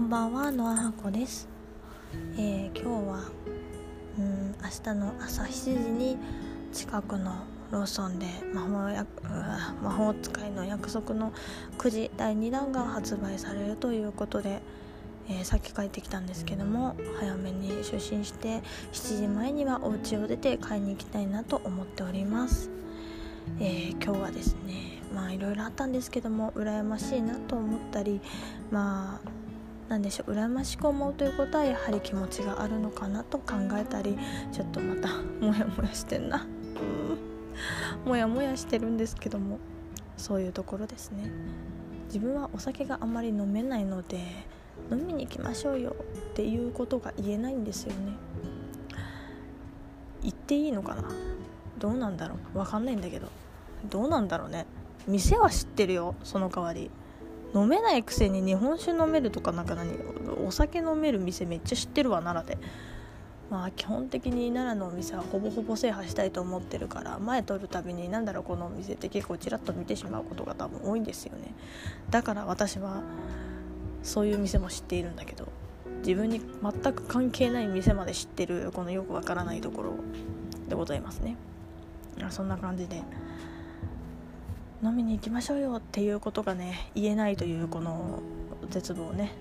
ばんは、ノアハコです。今日は明日の朝7時に近くのローソンで魔法使いの約束の9時第2弾が発売されるということで、さっき帰ってきたんですけども、早めに就寝して7時前にはお家を出て買いに行きたいなと思っております。今日はですね、いろいろあったんですけども、羨ましいなと思ったり、なんでしょう、羨ましく思うということはやはり気持ちがあるのかなと考えたり、ちょっとまたモヤモヤしてんなモヤモヤしてるんですけども、そういうところですね。自分はお酒があまり飲めないので、飲みに行きましょうよっていうことが言えないんですよね。言っていいのかな、どうなんだろう、わかんないんだけど、どうなんだろうね。店は知ってるよ、その代わり飲めないくせに日本酒飲めるとか、お酒飲める店めっちゃ知ってるわ、奈良で。基本的に奈良のお店はほぼほぼ制覇したいと思ってるから、前通るたびにこのお店って結構ちらっと見てしまうことが多分多いんですよね。だから私はそういう店も知っているんだけど、自分に全く関係ない店まで知ってる、このよくわからないところでございますね。そんな感じで飲みに行きましょうよっていうことがね、言えないというこの絶望ね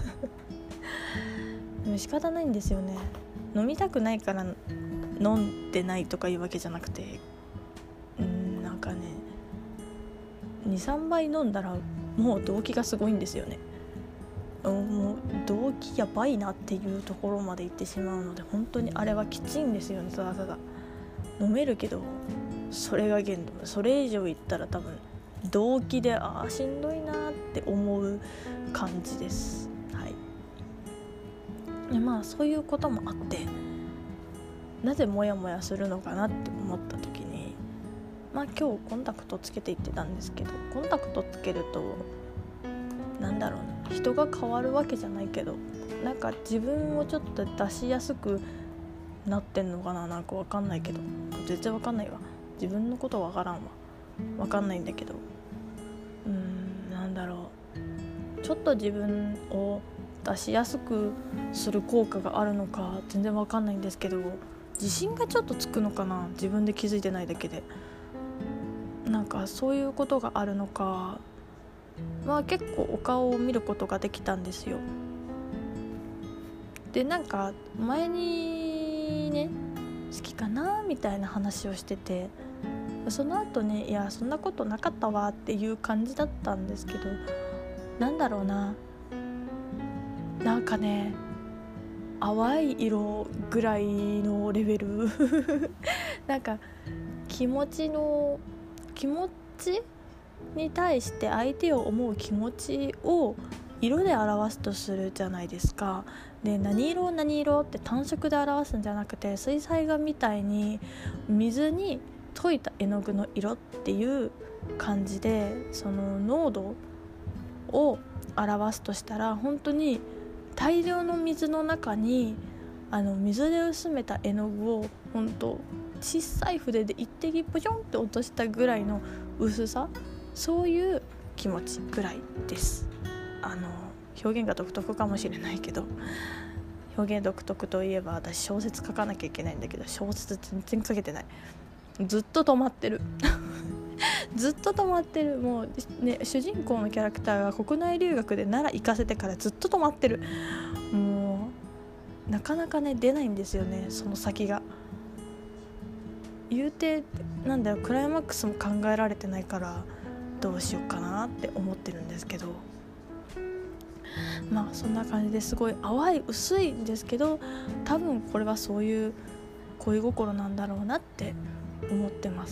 でも仕方ないんですよね。飲みたくないから飲んでないとかいうわけじゃなくて、2,3 杯飲んだらもう動機がすごいんですよね。もう動機やばいなっていうところまで行ってしまうので、本当にあれはきついんですよね。ただただ飲めるけど、それが限度。それ以上言ったら多分動機でしんどいなって思う感じです。はい。でそういうこともあって、なぜモヤモヤするのかなって思った時に、今日コンタクトつけて行ってたんですけど、コンタクトつけると人が変わるわけじゃないけど、自分をちょっと出しやすくなってんのかな、わかんないけど、全然わかんないわ。自分のことわからんわ。わかんないんだけど、ちょっと自分を出しやすくする効果があるのか全然わかんないんですけど、自信がちょっとつくのかな、自分で気づいてないだけで。そういうことがあるのか、結構お顔を見ることができたんですよ。で前にね、好きかなみたいな話をしてて、その後ね、いやそんなことなかったわっていう感じだったんですけど、淡い色ぐらいのレベル気持ちに対して相手を思う気持ちを色で表すとするじゃないですか。で、何色って単色で表すんじゃなくて、水彩画みたいに水に溶いた絵の具の色っていう感じで、その濃度を表すとしたら、本当に大量の水の中に水で薄めた絵の具を本当小さい筆で一滴ポチョンって落としたぐらいの薄さ、そういう気持ちぐらいです。表現が独特かもしれないけど、表現独特といえば私小説書かなきゃいけないんだけど、小説全然書けてない。ずっと止まってるずっと止まってる。もうね、主人公のキャラクターが国内留学で奈良行かせてからずっと止まってる。もうなかなかね、出ないんですよね、その先が。言うてクライマックスも考えられてないから、どうしようかなって思ってるんですけど、そんな感じですごい淡い薄いんですけど、多分これはそういう恋心なんだろうなって思ってます。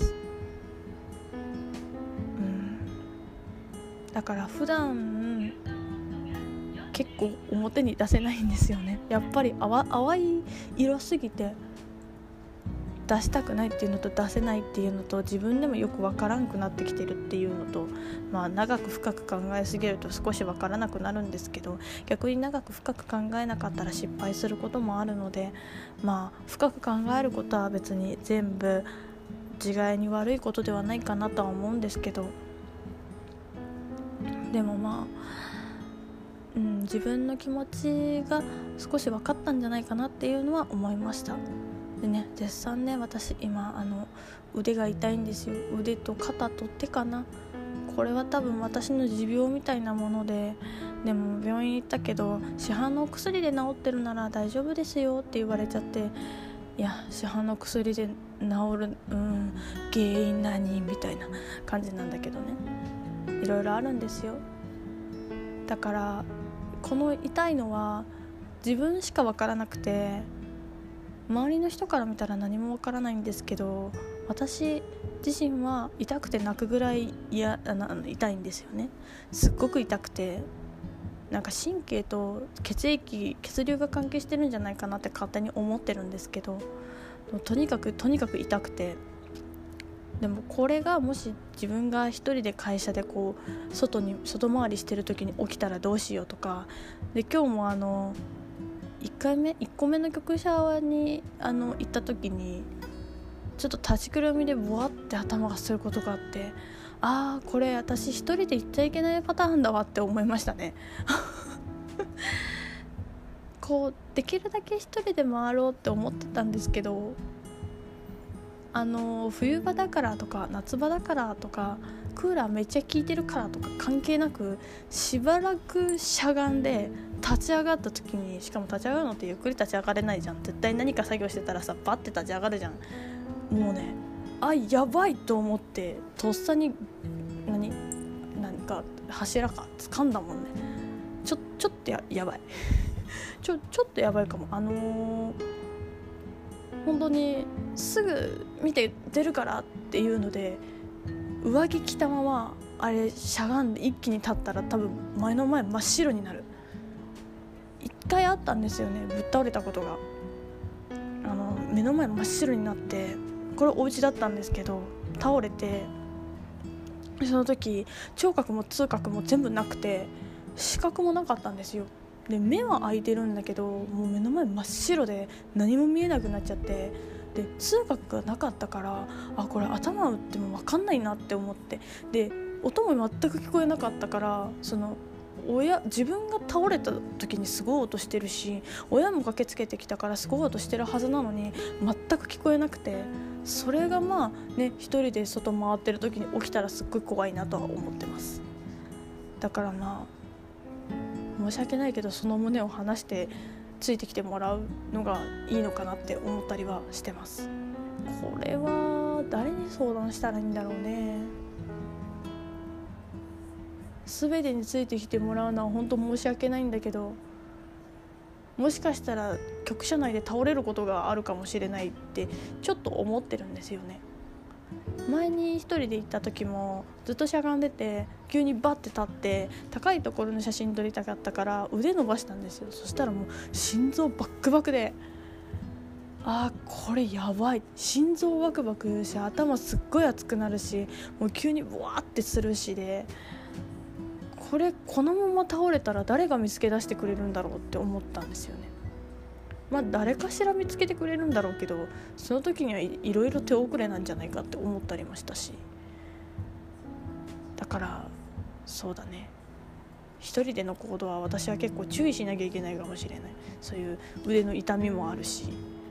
だから普段結構表に出せないんですよね。やっぱり淡い色すぎて出したくないっていうのと、出せないっていうのと、自分でもよくわからんくなってきてるっていうのと、長く深く考えすぎると少しわからなくなるんですけど、逆に長く深く考えなかったら失敗することもあるので、深く考えることは別に全部自害に悪いことではないかなとは思うんですけど、でも自分の気持ちが少し分かったんじゃないかなっていうのは思いました。でね、絶賛ね、私今腕が痛いんですよ。腕と肩と手かな。これは多分私の持病みたいなもので、でも病院行ったけど市販の薬で治ってるなら大丈夫ですよって言われちゃって、いや市販の薬で治る、原因何みたいな感じなんだけどね、いろいろあるんですよ。だからこの痛いのは自分しか分からなくて、周りの人から見たら何も分からないんですけど、私自身は痛くて泣くぐらい痛いんですよね。すっごく痛くて、なんか神経と血流が関係してるんじゃないかなって勝手に思ってるんですけど、とにかく痛くて、でもこれがもし自分が一人で会社でこう外回りしてる時に起きたらどうしようとかで、今日も1個目の局舎に行った時にちょっと立ちくらみでボワって頭がすることがあって、これ私一人で行っちゃいけないパターンだわって思いましたねこうできるだけ一人で回ろうって思ってたんですけど、冬場だからとか夏場だからとかクーラーめっちゃ効いてるからとか関係なく、しばらくしゃがんで立ち上がった時に、しかも立ち上がるのってゆっくり立ち上がれないじゃん。絶対何か作業してたらさバッて立ち上がるじゃん。もうね、やばいと思ってとっさに何か柱か掴んだもんね。ちょっとやばいちょっとやばいかも。本当にすぐ見て出るからっていうので上着着たまましゃがんで一気に立ったら多分前の前真っ白になる。一回あったんですよね、ぶっ倒れたことが。目の前真っ白になって、これお家だったんですけど倒れて、その時聴覚も痛覚も全部なくて視覚もなかったんですよ。で目は開いてるんだけどもう目の前真っ白で何も見えなくなっちゃって、で痛覚がなかったからこれ頭打っても分かんないなって思って、で音も全く聞こえなかったから、自分が倒れた時にすごい音してるし、親も駆けつけてきたからすごい音してるはずなのに全く聞こえなくて、それが一人で外回ってる時に起きたらすっごい怖いなとは思ってます。だから申し訳ないけどその旨を話してついてきてもらうのがいいのかなって思ったりはしてます。これは誰に相談したらいいんだろうね。全てについてきてもらうのは本当申し訳ないんだけど、もしかしたら局舎内で倒れることがあるかもしれないってちょっと思ってるんですよね。前に一人で行った時もずっとしゃがんでて急にバッて立って高いところの写真撮りたかったから腕伸ばしたんですよ。そしたらもう心臓バックバクで、これやばい、心臓バクバク言うし頭すっごい熱くなるしもう急にブワーってするしで、このまま倒れたら誰が見つけ出してくれるんだろうって思ったんですよね。誰かしら見つけてくれるんだろうけど、その時にはいろいろ手遅れなんじゃないかって思ったりもしたし、だからそうだね、一人での行動は私は結構注意しなきゃいけないかもしれない。そういう腕の痛みもあるし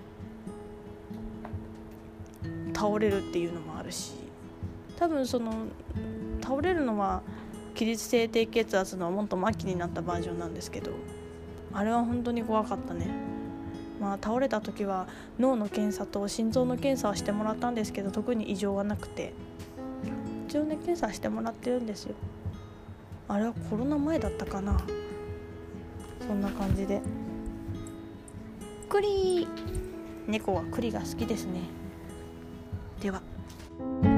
倒れるっていうのもあるし、多分倒れるのは起立性低血圧のもっと末期になったバージョンなんですけど、あれは本当に怖かったね。倒れた時は脳の検査と心臓の検査はしてもらったんですけど特に異常はなくて、一応ね検査してもらってるんですよ。あれはコロナ前だったかな。そんな感じで猫は栗が好きですね。では。